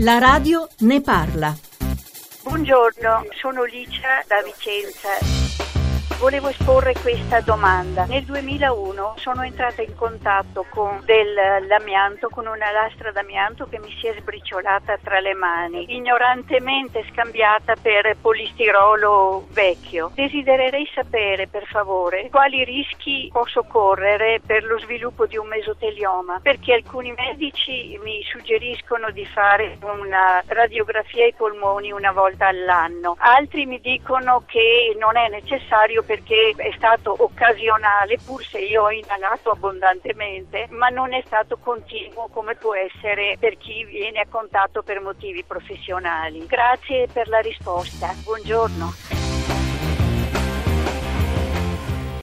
La radio ne parla. Buongiorno, sono Licia da Vicenza. Volevo esporre questa domanda. Nel 2001 sono entrata in contatto con dell'amianto, con una lastra d'amianto che mi si è sbriciolata tra le mani, ignorantemente scambiata per polistirolo vecchio. Desidererei sapere, per favore, quali rischi posso correre per lo sviluppo di un mesotelioma, perché alcuni medici mi suggeriscono di fare una radiografia ai polmoni una volta all'anno. Altri mi dicono che non è necessario perché è stato occasionale, pur se io ho inalato abbondantemente, ma non è stato continuo come può essere per chi viene a contatto per motivi professionali. Grazie per la risposta. Buongiorno.